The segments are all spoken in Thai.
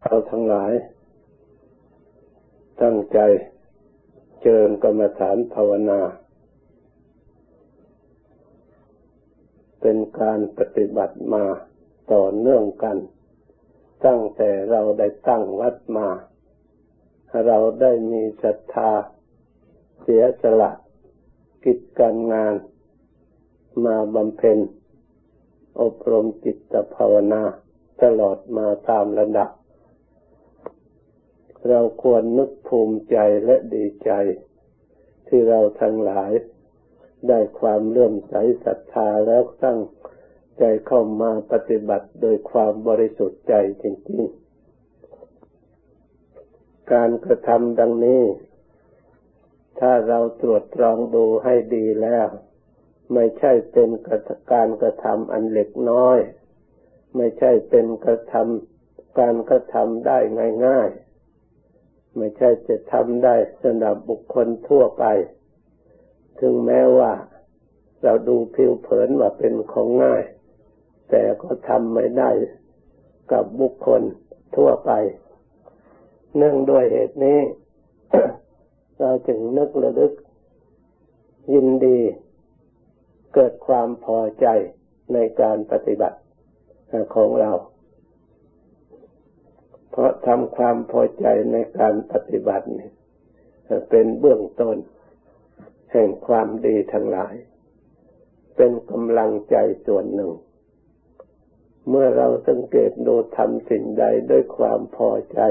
เราทั้งหลายตั้งใจเจริญกรรมฐานภาวนาเป็นการปฏิบัติมาต่อเนื่องกันตั้งแต่เราได้ตั้งวัดมาเราได้มีศรัทธาเสียสละกิจการงานมาบำเพ็ญอบรมจิตภาวนาตลอดมาตามระดับเราควรนึกภูมิใจและดีใจที่เราทั้งหลายได้ความเลื่อมใสศรัทธาแล้วตั้งใจเข้ามาปฏิบัติโดยความบริสุทธิ์ใจจริงๆการกระทำดังนี้ถ้าเราตรวจตรองดูให้ดีแล้วไม่ใช่เป็นการกระทำอันเล็กน้อยไม่ใช่เป็นการกระทำได้ง่ายๆไม่ใช่จะทำได้สำหรับบุคคลทั่วไปถึงแม้ว่าเราดูผิวเผินว่าเป็นของง่ายแต่ก็ทำไม่ได้กับบุคคลทั่วไปเนื่องด้วยเหตุนี้ เราจึงนึกระลึกยินดีเกิดความพอใจในการปฏิบัติของเราเพราะทำความพอใจในการปฏิบัตินี่เป็นเบื้องต้นแห่งความดีทั้งหลายเป็นกำลังใจส่วนหนึ่งเมื่อเราสังเกตดูทำสิ่งใดด้วยความพอใจ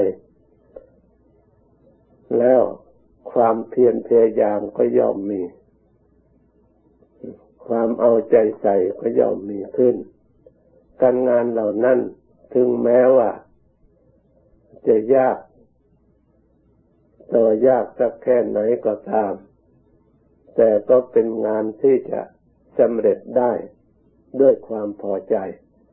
แล้วความเพียรพยายามก็ย่อมมีความเอาใจใส่ก็ย่อมมีขึ้นการงานเหล่านั้นถึงแม้ว่าจะยากต่อยากสักแค่ไหนก็ตามแต่ก็เป็นงานที่จะสำเร็จได้ด้วยความพอใจ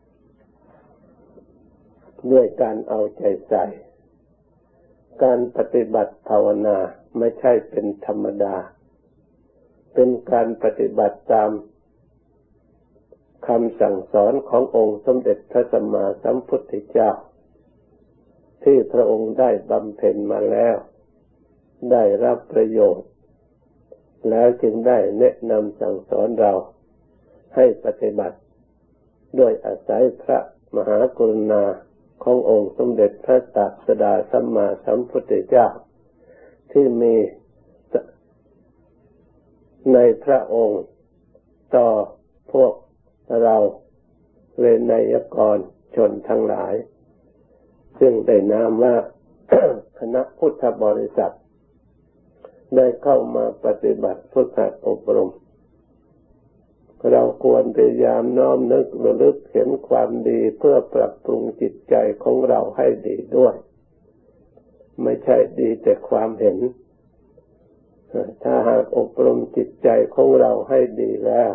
ด้วยการเอาใจใส่การปฏิบัติภาวนาไม่ใช่เป็นธรรมดาเป็นการปฏิบัติตามคำสั่งสอนขององค์สมเด็จพระสัมมาสัมพุทธเจ้าที่พระองค์ได้บำเพ็ญมาแล้วได้รับประโยชน์แล้วจึงได้แนะนำสั่งสอนเราให้ปฏิบัติโดยอาศัยพระมหากรุณาขององค์สมเด็จพระศาสดาสัมมาสัมพุทธเจ้าที่มีในพระองค์ต่อพวกเราเวนยกรชนทั้งหลายซึ่งได้นามว่า คณะพุทธบริษัทได้เข้ามาปฏิบัติพุทธอบรมเราควรพยายามน้อมนึกระลึกเห็นความดีเพื่อปรับปรุงจิตใจของเราให้ดีด้วยไม่ใช่ดีแต่ความเห็นถ้าหากอบรมจิตใจของเราให้ดีแล้ว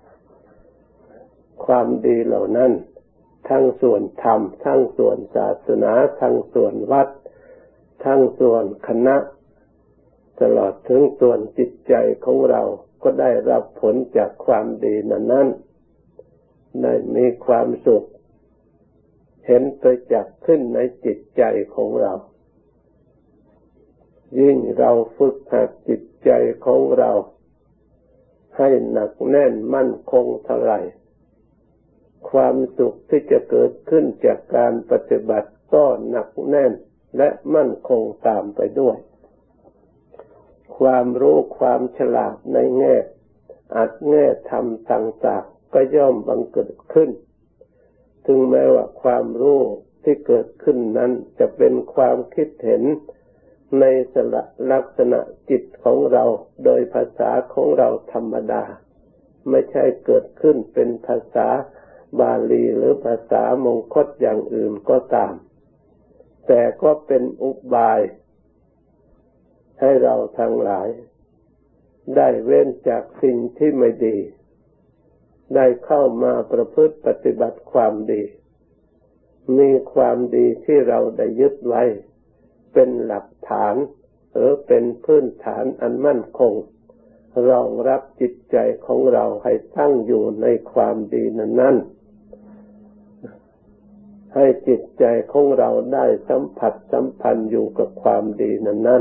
ความดีเหล่านั้นทั้งส่วนธรรมทั้งส่วนศาสนาทั้งส่วนวัดทั้งส่วนคณะตลอดถึงส่วนจิตใจของเราก็ได้รับผลจากความดีนั้นได้มีความสุขเห็นประจักษ์ขึ้นในจิตใจของเรายิ่งเราฝึกหัดจิตใจของเราให้หนักแน่นมั่นคงเท่าไหร่ความสุขที่จะเกิดขึ้นจากการปฏิบัติก็หนักแน่นและมั่นคงตามไปด้วยความรู้ความฉลาดในแง่อัดแง่ธรรมต่างๆก็ย่อมบังเกิดขึ้นถึงแม้ว่าความรู้ที่เกิดขึ้นนั้นจะเป็นความคิดเห็นในลักษณะจิตของเราโดยภาษาของเราธรรมดาไม่ใช่เกิดขึ้นเป็นภาษาบาลีหรือภาษามงคลอย่างอื่นก็ตามแต่ก็เป็นอุบายให้เราทั้งหลายได้เว้นจากสิ่งที่ไม่ดีได้เข้ามาประพฤติปฏิบัติความดีมีความดีที่เราได้ยึดไว้เป็นหลักฐานหรือเป็นพื้นฐานอันมั่นคงรองรับจิตใจของเราให้ตั้งอยู่ในความดีนั้นให้จิตใจของเราได้สัมผัสสัมพันธ์อยู่กับความดีนั้น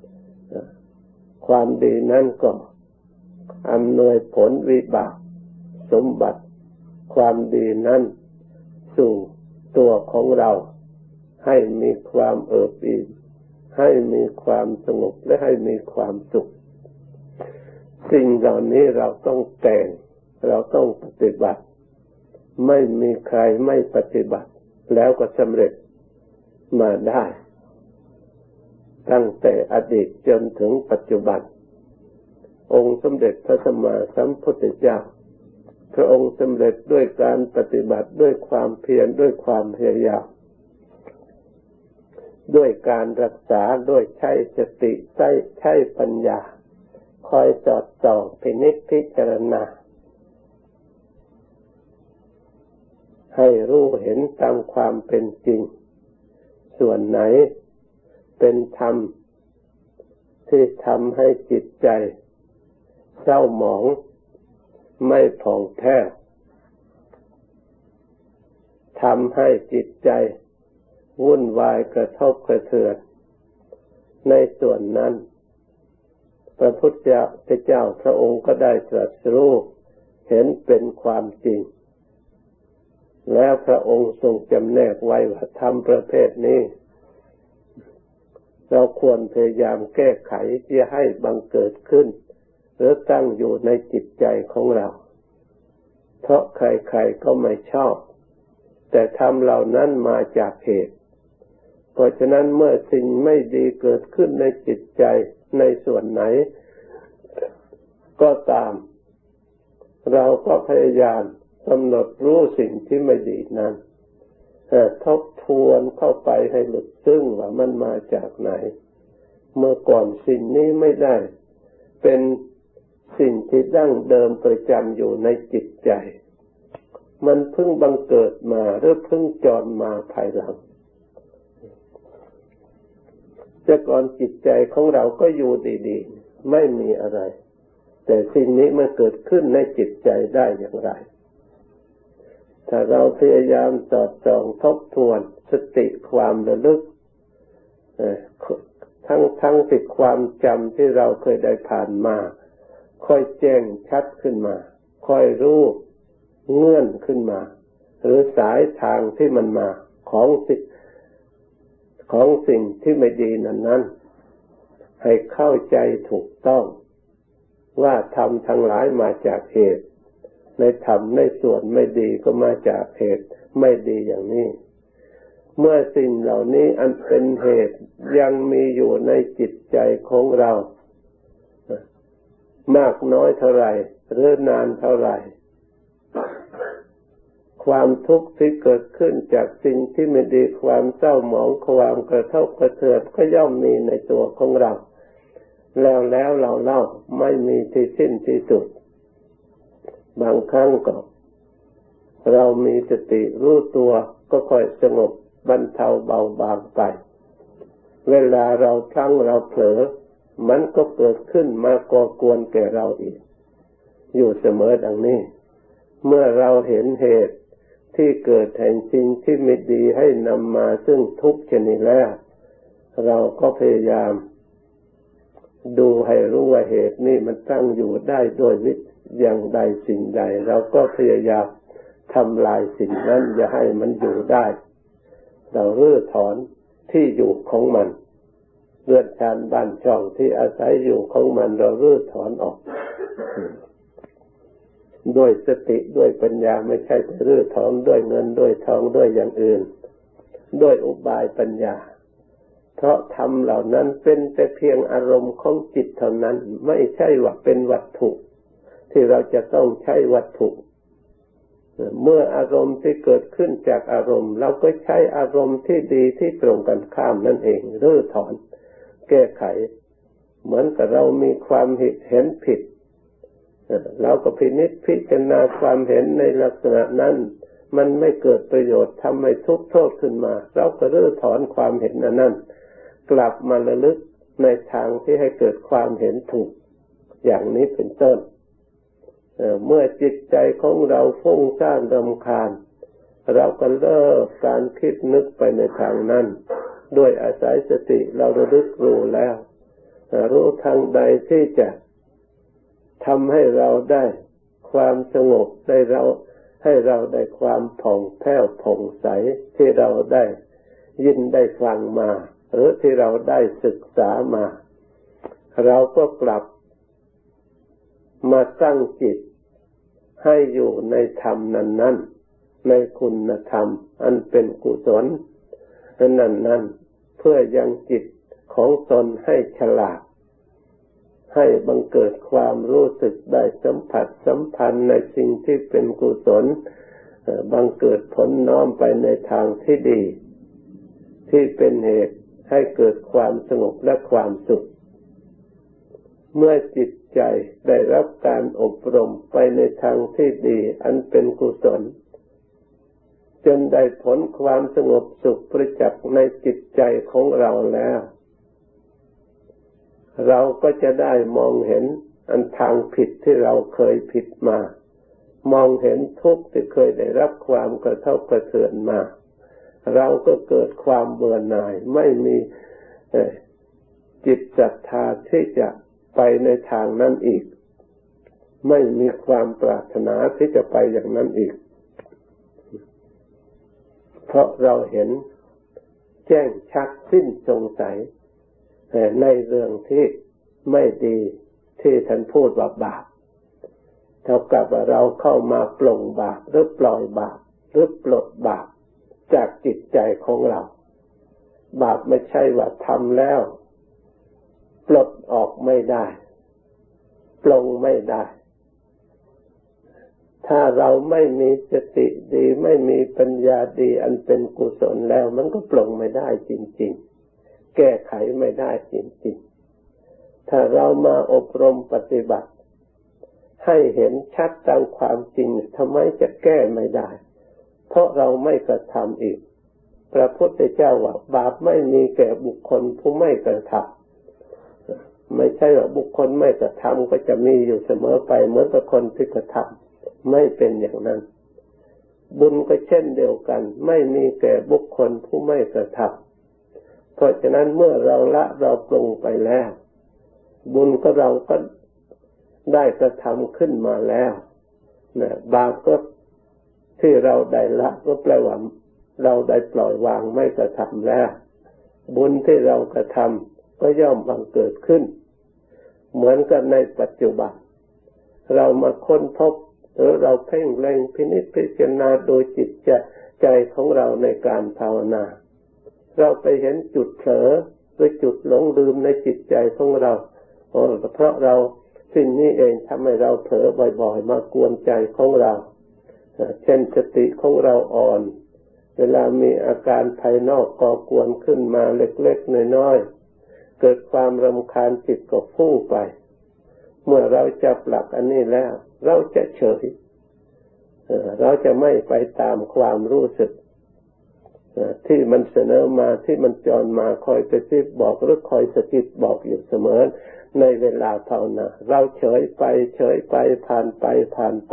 ความดีนั้นก็อำนวยผลวิบากสมบัติความดีนั้นสู่ตัวของเราให้มีความเอิบอิ่มให้มีความสงบและให้มีความสุขสิ่งเหล่านี้เราต้องแต่งเราต้องปฏิบัติไม่มีใครไม่ปฏิบัติแล้วก็สำเร็จมาได้ตั้งแต่อดีตจนถึงปัจจุบันองค์สมเด็จพระสัมมาสัมพุทธเจ้าพระองค์สำเร็จด้วยการปฏิบัติด้วยความเพียรด้วยความพยายามด้วยการรักษาด้วยใช้สติใช้ปัญญาคอยสอดส่องพินิจพิจารณาให้รู้เห็นตามความเป็นจริงส่วนไหนเป็นธรรมที่ทำให้จิตใจเศร้าหมองไม่ผ่องแผ้วทำให้จิตใจวุ่นวายกระทบกระเทือนในส่วนนั้นพระพุทธเจ้าพระองค์ก็ได้ตรัสรู้เห็นเป็นความจริงแล้วพระองค์ทรงจำแนกไว้ว่าธรรมประเภทนี้เราควรพยายามแก้ไขที่ให้บังเกิดขึ้นหรือตั้งอยู่ในจิตใจของเราเพราะใครๆก็ไม่ชอบแต่ธรรมเหล่านั้นมาจากเหตุเพราะฉะนั้นเมื่อสิ่งไม่ดีเกิดขึ้นในจิตใจในส่วนไหนก็ตามเราก็พยายามกำหนดรู้สิ่งที่ไม่ดีนั้นทบทวนเข้าไปให้ลึกซึ้งว่ามันมาจากไหนเมื่อก่อนสิ่งนี้ไม่ได้เป็นสิ่งที่ดั้งเดิมประจำอยู่ในจิตใจมันเพิ่งบังเกิดมาหรือเพิ่งจรมาภายหลังแต่ก่อนจิตใจของเราก็อยู่ดีๆไม่มีอะไรแต่สิ่งนี้มันเกิดขึ้นในจิตใจได้อย่างไรถ้าเราพยายามสอดส่องทบทวนสติความระลึกทั้งติดความจำที่เราเคยได้ผ่านมาค่อยแจ้งชัดขึ้นมาค่อยรู้เงื่อนขึ้นมาหรือสายทางที่มันมาของสิ่งที่ไม่ดีนั้นให้เข้าใจถูกต้องว่าธรรมทั้งหลายมาจากเหตุในธรรมในส่วนไม่ดีก็มาจากเหตุไม่ดีอย่างนี้เมื่อสิ่งเหล่านี้อันเป็นเหตุยังมีอยู่ในจิตใจของเรามากน้อยเท่าไหร่หรือนานเท่าไหร่ความทุกข์ที่เกิดขึ้นจากสิ่งที่ไม่ดีความเศร้าหมองความกระทบกระเทือนก็ย่อมมีในตัวของเราแล้วเราเล่าไม่มีที่สิ้นที่สุดบางครั้งก็เรามีสติรู้ตัวก็ค่อยสงบบรรเทาเบาบางไปเวลาเราพลั้งเราเผลอมันก็เกิดขึ้นมาก่อกวนแก่เราอีกอยู่เสมอดังนี้เมื่อเราเห็นเหตุที่เกิดแห่งสิ่งที่ไม่ดีให้นำมาซึ่งทุกข์ชนิดแล้วเราก็พยายามดูให้รู้ว่าเหตุนี้มันตั้งอยู่ได้โดยวิธีอย่างใดสิ่งใดเราก็พยายามทำลายสิ่งนั้นอย่าให้มันอยู่ได้เรารื้อถอนที่อยู่ของมันเรือนชานบ้านช่องที่อาศัยอยู่ของมันเรารื้อถอนออกด้วยสติด้วยปัญญาไม่ใช่รื้อถอนด้วยเงินด้วยทองด้วยอย่างอื่นด้วยอุบายปัญญาเพราะธรรมเหล่านั้นเป็นแต่เพียงอารมณ์ของจิตเท่านั้นไม่ใช่ว่าเป็นวัตถุที่เราจะต้องใช้วัตถุเมื่ออารมณ์ที่เกิดขึ้นจากอารมณ์เราก็ใช้อารมณ์ที่ดีที่ตรงกันข้ามนั่นเองรื้อถอนแก้ไขเหมือนกับเรามีความเห็นผิดเราก็พินิจพิจารณาความเห็นในลักษณะนั้นมันไม่เกิดประโยชน์ทำให้ทุกข์โทษขึ้นมาเราก็รื้อถอนความเห็นนั้นกลับมาระลึกในทางที่ให้เกิดความเห็นถูกอย่างนี้เป็นต้นเมื่อจิตใจของเราฟุ้งซ่านรำคาญเราก็เลิกการคิดนึกไปในทางนั้นด้วยอาศัยสติเราระลึกรู้แล้วรู้ทางใดที่จะทำให้เราได้ความสงบให้เราได้ความผ่องแผ้วผ่องใสที่เราได้ยินได้ฟังมาหรือที่เราได้ศึกษามาเราก็กลับมาตั้งจิตให้อยู่ในธรรมนั้นๆในคุณธรรมอันเป็นกุศลนั้นเพื่อยังจิตของตนให้ฉลาดให้บังเกิดความรู้สึกได้สัมผัสสัมพันธ์ในสิ่งที่เป็นกุศลบังเกิดผลน้อมไปในทางที่ดีที่เป็นเหตุให้เกิดความสงบและความสุขเมื่อจิตใจได้รับการอบรมไปในทางที่ดีอันเป็นกุศลจนได้ผลความสงบสุขประจักษ์ในจิตใจของเราแล้วเราก็จะได้มองเห็นอันทางผิดที่เราเคยผิดมามองเห็นทุกข์ที่เคยได้รับความกระทบกระเทือนมาเราก็เกิดความเบื่อหน่ายไม่มีจิตศรัทธาที่จะไปในทางนั้นอีกไม่มีความปรารถนาที่จะไปอย่างนั้นอีกเพราะเราเห็นแจ้งชัดสิ้นสงสัยในเรื่องที่ไม่ดีที่ท่านพูดว่าบาปเท่ากับว่าเราเข้ามาปลงบาปหรือปล่อยบาปหรือปลดบาปจากจิตใจของเราบาปไม่ใช่ว่าทำแล้วปลดออกไม่ได้ปลงไม่ได้ถ้าเราไม่มีสติดีไม่มีปัญญาดีอันเป็นกุศลแล้วมันก็ปลงไม่ได้จริงๆแก้ไขไม่ได้จริงๆถ้าเรามาอบรมปฏิบัติให้เห็นชัดตามความจริงทำไมจะแก้ไม่ได้เพราะเราไม่กระทำอีกพระพุทธเจ้าว่าบาปไม่มีแก่บุคคลผู้ไม่กระทำไม่ใช่ว่าบุคคลไม่กระทำก็จะมีอยู่เสมอไปเหมือนกับคนที่กระทำไม่เป็นอย่างนั้นบุญก็เช่นเดียวกันไม่มีแก่บุคคลผู้ไม่กระทำเพราะฉะนั้นเมื่อเราละเราปรุงไปแล้วบุญก็เราก็ได้กระทำขึ้นมาแล้วนะบาปก็ที่เราได้ละก็แปลว่าเราได้ปล่อยวางไม่กระทำแล้วบุญที่เรากระทำก็ย่อมบังเกิดขึ้นเหมือนกันในปัจจุบันเรามาค้นพบหรือเราเพ่งเล็งพินิจพิจารณาโดยจิตใจของเราในการภาวนาเราไปเห็นจุดเผลอหรือจุดหลงลืมในจิตใจของเราเพราะเราสิ่งนี้เองทำให้เราเผลอบ่อยๆมากวนใจของเราเช่นสติของเราอ่อนเวลามีอาการภายนอกก่อกวนขึ้นมาเล็กๆน้อยๆเกิดความรำคาญจิตก็ฟุ้งไปเมื่อเราจับหลักอันนี้แล้วเราจะเฉยเราจะไม่ไปตามความรู้สึกที่มันเสนอมาที่มันจรมาคอยกระซิบบอกหรือคอยสะกิดบอกอยู่เสมอในเวลาภาวนาเราเฉยไปผ่านไป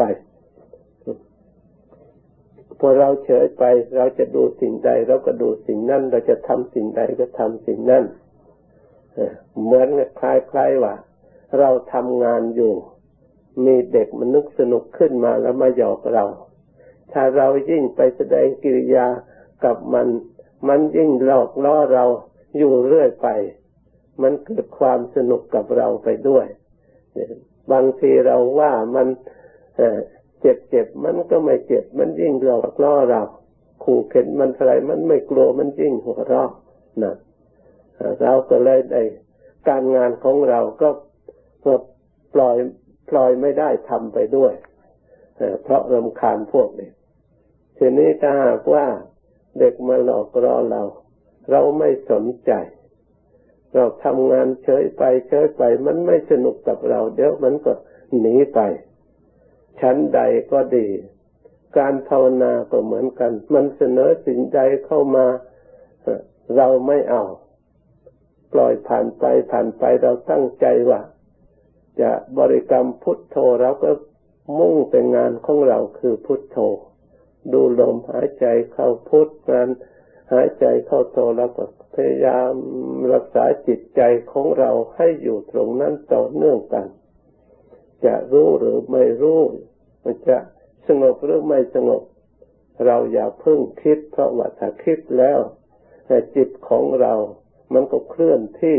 พอเราเฉยไปเราจะดูสิ่งใดเราก็ดูสิ่งนั้นเราจะทำสิ่งใดก็ทำสิ่งนั้นเหมือนคล้ายๆว่าเราทำงานอยู่มีเด็กมันนึกสนุกขึ้นมาแล้วมาหยอกเราถ้าเรายิ่งไปแสดงกิริยากับมันยิ่งหลอกล่อเราอยู่เรื่อยไปมันเกิดความสนุกกับเราไปด้วยบางทีเราว่ามันเจ็บมันก็ไม่เจ็บมันยิ่งหลอกล่อเราขู่เข็นมันอะไรมันไม่กลัวมันยิ่งหัวเราะนะเราก็เลยได้การงานของเราก็ปล่อยไม่ได้ทำไปด้วยเพราะรำคาญพวกนี้ทีนี้ถ้าหากว่าเด็กมาหลอกล่อเราไม่สนใจเราทำงานเฉยไปมันไม่สนุกกับเราเดี๋ยวมันก็หนีไปชั้นใดก็ดีการภาวนาก็เหมือนกันมันเสนอสิ่งใดเข้ามาเราไม่เอาปล่อยผ่านไปเราตั้งใจว่าจะบริกรรมพุทโธเราก็มุ่งแต่งานของเราคือพุทโธดูลมหายใจเข้าพุทการหายใจเข้าโทแล้วก็พยายามรักษาจิตใจของเราให้อยู่ตรงนั้นต่อเนื่องกันจะรู้หรือไม่รู้มันจะสงบหรือไม่สงบเราอย่าเพิ่งคิดเพราะว่าถ้าคิดแล้วแต่จิตของเรามันก็เคลื่อนที่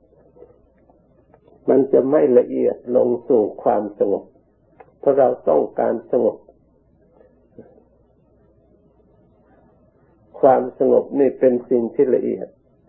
มันจะไม่ละเอียดลงสู่ความสงบเพราะเราต้องการสงบความสงบนี่เป็นสิ่งที่ละเอียด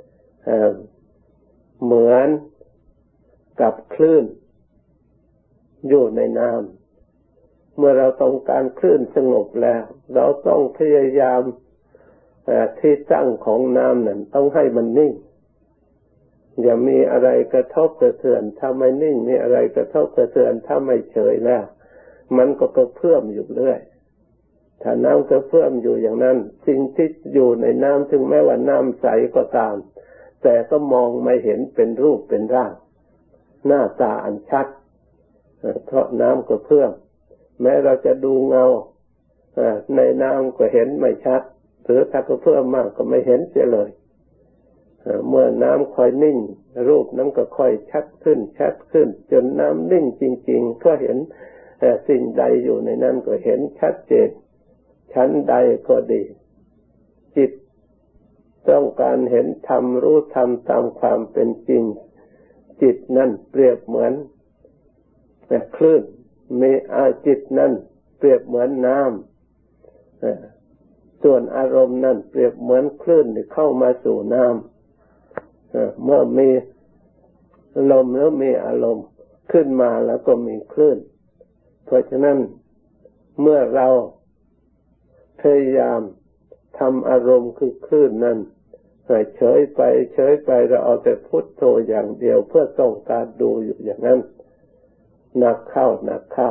เหมือนกับคลื่นอยู่ในน้ำเมื่อเราต้องการคลื่นสงบแล้วเราต้องพยายามที่ตั้งของน้ำนั้นต้องให้มันนิ่งอย่ามีอะไรกระทบกระเทือนถ้าไม่นิ่งมีอะไรกระทบกระเทือนถ้าไม่เฉยแล้วมันก็กระเพื่อมอยู่เรื่อยถ้าน้ำกระเพื่อมอยู่อย่างนั้นสิ่งที่อยู่ในน้ำถึงแม้ว่าน้ำใสก็ตามแต่ก็มองไม่เห็นเป็นรูปเป็นร่างหน้าตาอันชัดเพราะน้ำกระเพื่อมแม้เราจะดูเงาในน้ำก็เห็นไม่ชัดหรือถ้ากระเพื่อมมากก็ไม่เห็นเสียเลยเมื่อน้ำค่อยนิ่งรูปนั้นก็ค่อยชัดขึ้นชัดขึ้นจนน้ำนิ่งจริงๆก็เห็นสิ่งใดอยู่ในนั้นก็เห็นชัดเจนชั้นใดก็ดีจิตต้องการเห็นธรรมรู้ธรรมตามความเป็นจริงจิตนั่นเปรียบเหมือนคลื่นมีจิตนั่นเปรียบเหมือนน้ำส่วนอารมณ์นั่นเปรียบเหมือนคลื่นที่เข้ามาสู่น้ำเมื่อมีลมแล้วมีอารมณ์ขึ้นมาแล้วก็มีคลื่นเพราะฉะนั้นเมื่อเราพยายามทำอารมณ์คือคลื่นนั้นเฉยไปเฉยไปเราเอาแต่พุทโธอย่างเดียวเพื่อต้องการดูอยู่อย่างนั้นหนักเข้าหนักเข้า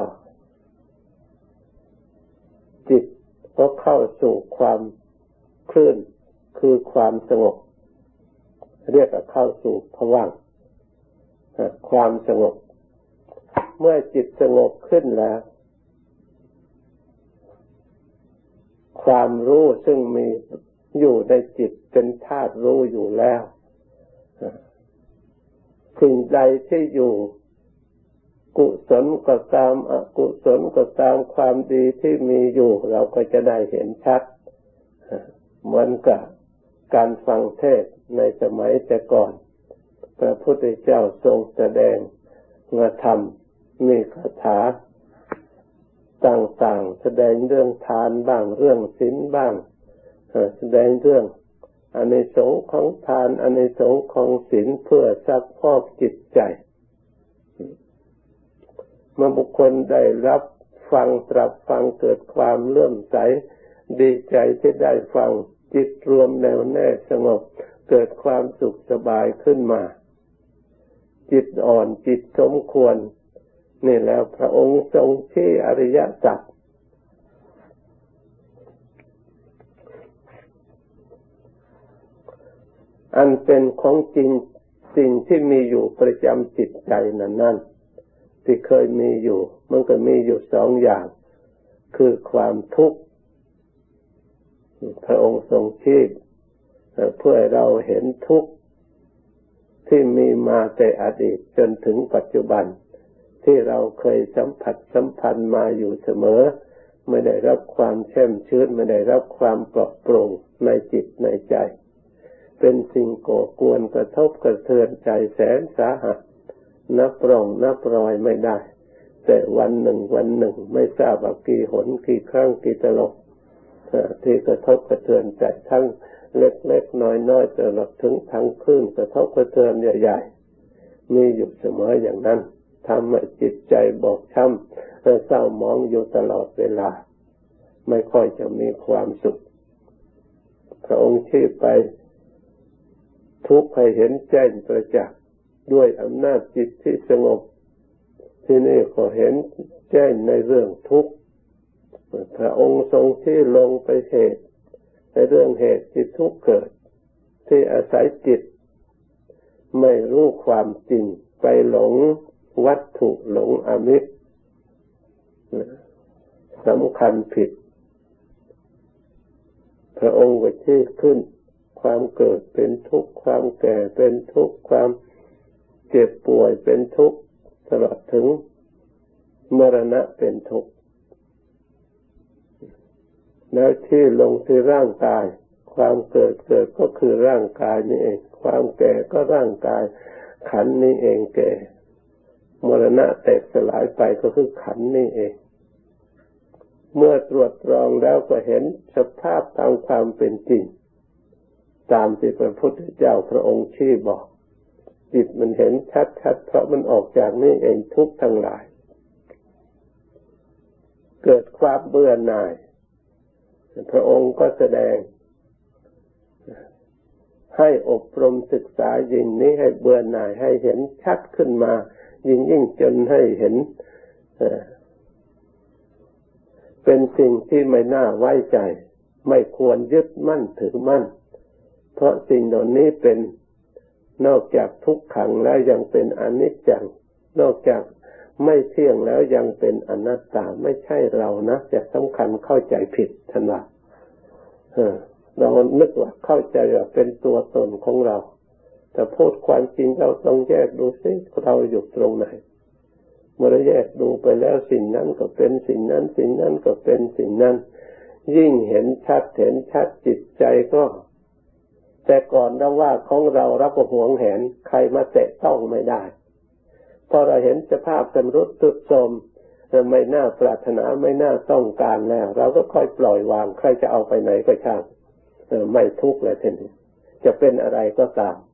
จิตก็เข้าสู่ความคลื่นคือความสงบเรียกว่าเข้าสู่ภวังค์ความสงบเมื่อจิตสงบขึ้นแล้วความรู้ซึ่งมีอยู่ในจิตเป็นธาตุรู้อยู่แล้วสิ่งใดที่อยู่กุศลก็ตามอกุศลก็ตามความดีที่มีอยู่เราก็จะได้เห็นชัดเหมือนกับการฟังเทศน์ในสมัยแต่ก่อนพระพุทธเจ้าทรงแสดงธรรมมีคาถาต่างๆแสดงเรื่องทานบ้างเรื่องศีลบ้างแสดงเรื่องอานิสงส์ของทานอานิสงส์ของศีลเพื่อซักพอกจิตใจเมื่อบุคคลได้รับฟังตรับฟังเกิดความเลื่อมใสดีใจที่ได้ฟังจิตรวมแน่วแน่สงบเกิดความสุขสบายขึ้นมาจิตอ่อนจิตสมควรนี่แล้วพระองค์ทรงชี้อริยสัจอันเป็นของจริงสิ่งที่มีอยู่ประจำจิตใจนั้นที่เคยมีอยู่มันก็มีอยู่สองอย่างคือความทุกข์พระองค์ทรงชี้เพื่อเราเห็นทุกข์ที่มีมาแต่อดีตจนถึงปัจจุบันที่เราเคยสัมผัสสัมพันธ์มาอยู่เสมอไม่ได้รับความแช่มชื่นไม่ได้รับความปลอดโปร่งในจิตในใจเป็นสิ่งก่อกวนกระทบกระเทือนใจแสนสาหัสนับร่องนับรอยไม่ได้แต่วันหนึ่งไม่ทราบว่ากี่หนกี่ครั้งกี่ตลบที่กระทบกระเทือนใจทั้งเล็กๆน้อยๆตลอดถึงทั้งคลื่นกระทบกระเทือนใหญ่ๆมีอยู่เสมออย่างนั้นทำให้จิตใจบอบช้ำเศร้าหมองอยู่ตลอดเวลาไม่ค่อยจะมีความสุขพระองค์ชี้ไปทุกข์ให้เห็นแจ้งประจักษ์ด้วยอำนาจจิตที่สงบที่นี่ก็เห็นแจ้งในเรื่องทุกข์พระองค์ทรงที่ลงไปเหตุในเรื่องเหตุที่ทุกข์เกิดที่อาศัยจิตไม่รู้ความจริงไปหลงวัตถุหลงอามิตรสำคัญผิดพระองค์ก็ชี้ขึ้นความเกิดเป็นทุกข์ความแก่เป็นทุกข์ความเจ็บป่วยเป็นทุกข์ตลอดถึงมรณะเป็นทุกข์แล้วที่ลงที่ร่างกายความเกิดก็คือร่างกายนี่เองความแก่ก็ร่างกายขันธ์นี่เองแก่มรณะแตกสลายไปก็คือขันธ์นี่เองเมื่อตรวจตรองแล้วก็เห็นสภาพตามความเป็นจริงตามที่พระพุทธเจ้าพระองค์ชี้บอกจิตมันเห็นชัดๆเพราะมันออกจากนี่เองทุกข์ทั้งหลายเกิดความเบื่อหน่ายพระองค์ก็แสดงให้อบรมศึกษายิ่งนี้ให้เบื่อหน่ายให้เห็นชัดขึ้นมายิ่งจนให้เห็นเป็นสิ่งที่ไม่น่าไว้ใจไม่ควรยึดมั่นถือมั่นเพราะสิ่งเหล่านี้เป็นนอกจากทุกขังแล้วยังเป็นอนิจจังนอกจากไม่เที่ยงแล้วยังเป็นอนัตตาไม่ใช่เรานะจะสำคัญเข้าใจผิดท่านว่าเรานึกว่าเข้าใจว่าเป็นตัวตนของเราแต่พูดความจริงเราต้องแยกดูซิเราอยู่ตรงไหนเมื่อแยกดูไปแล้วสิ่งนั้นก็เป็นสิ่งนั้นสิ่งนั้นก็เป็นสิ่งนั้นยิ่งเห็นชัดจิตใจก็แต่ก่อนเราว่าของเราก็หวงแหนใครมาแตะต้องไม่ได้พอเราเห็นสภาพชำรุดทรุดโทรมไม่น่าปรารถนาไม่น่าต้องการแล้วเราก็ค่อยปล่อยวางใครจะเอาไปไหนก็ช่างไม่ทุกข์เลยทีนี้จะเป็นอะไรก็ตาม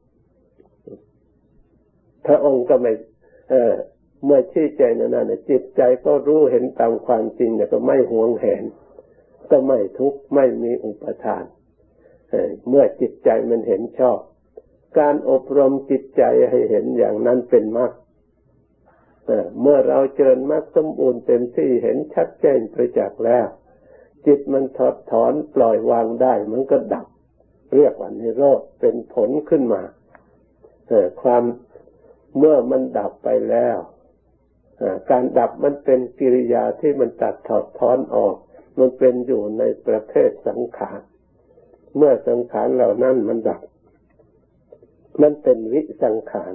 พระองค์ก็ไม่เมื่อชี้แจงนั้นจิตใจก็รู้เห็นตามความจริงก็ไม่หวงแหนก็ไม่ทุกข์ไม่มีอุปทานเมื่อจิตใจมันเห็นชอบการอบรมจิตใจให้เห็นอย่างนั้นเป็นมรรคเมื่อเราเจริญมรรคสมบูรณ์เต็มที่เห็นชัดแจ้งประจักษ์แล้วจิตมันถอดถอนปล่อยวางได้มันก็ดับเรียกว่านิโรธเป็นผลขึ้นมาความเมื่อมันดับไปแล้วการดับมันเป็นกิริยาที่มันตัดถอดถอนออกมันเป็นอยู่ในประเภทสังขารเมื่อสังขารเหล่านั้นมันดับมันเป็นวิสังขาร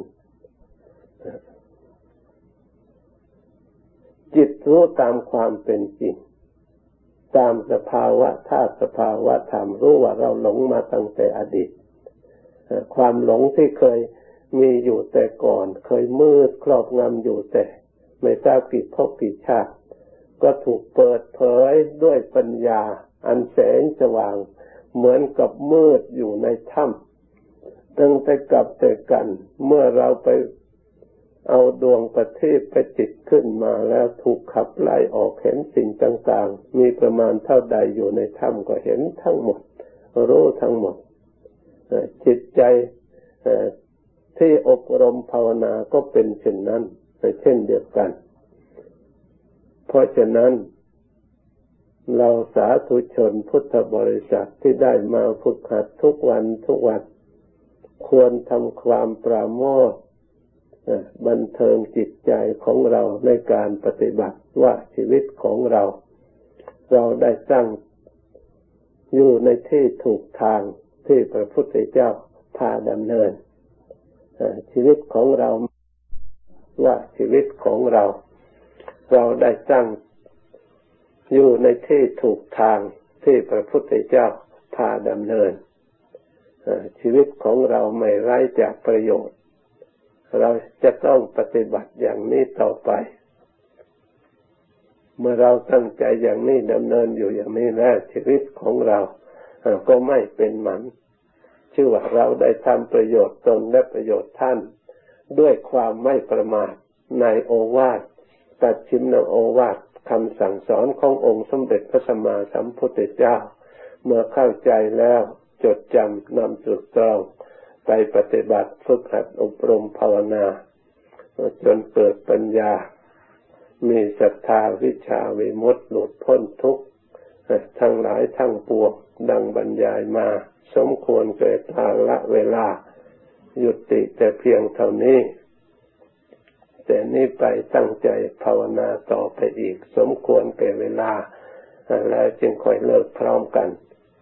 จิตรู้ตามความเป็นจริงตามสภาวะธาตุสภาวะธรรมรู้ว่าเราหลงมาตั้งแต่อดีตความหลงที่เคยมีอยู่แต่ก่อนเคยมืดครอบงำอยู่แต่ไม่ทราบกี่ภพกี่ชาติก็ถูกเปิดเผยด้วยปัญญาอันแสงสว่างเหมือนกับมืดอยู่ในถ้ำตั้งแต่กลับแต่กันเมื่อเราไปเอาดวงประทีปไปติดขึ้นมาแล้วถูกขับไล่ออกเห็นสิ่งต่างๆมีประมาณเท่าใดอยู่ในถ้ำก็เห็นทั้งหมดรู้ทั้งหมดจิตใจที่อบรมภาวนาก็เป็นเช่นนั้นเช่นเดียวกันเพราะฉะนั้นเราสาธุชนพุทธบริษัทที่ได้มาฝึกหัดทุกวันควรทำความปราโมทย์บันเทิงจิตใจของเราในการปฏิบัติว่าชีวิตของเราได้ตั้งอยู่ในที่ถูกทางที่พระพุทธเจ้าพาดำเนินชีวิตของเราว่าชีวิตของเราได้ตั้งอยู่ในที่ถูกทางที่พระพุทธเจ้าพาดำเนินชีวิตของเราไม่ไร้จากประโยชน์เราจะต้องปฏิบัติอย่างนี้ต่อไปเมื่อเราตั้งใจอย่างนี้ดำเนินอยู่อย่างนี้แล้วชีวิตของเราก็ไม่เป็นหมันชื่อว่าเราได้ทำประโยชน์ตนและประโยชน์ท่านด้วยความไม่ประมาทในโอวาทปัจฉิมโอวาทคำสั่งสอนขององค์สมเด็จพระสัมมาสัมพุทธเจ้าเมื่อเข้าใจแล้วจดจำนำตรึกตรองไปปฏิบัติฝึกหัดอบรมภาวนาจนเกิดปัญญามีศรัทธาวิชาวิมุตติหลุดพ้นทุกข์ทั้งหลายทั้งปวงดังบรรยายมาสมควรแก่กาลเวลายุติแต่เพียงเท่านี้แต่นี้ไปตั้งใจภาวนาต่อไปอีกสมควรแก่เวลาแล้วจึงค่อยเลิกพร้อมกัน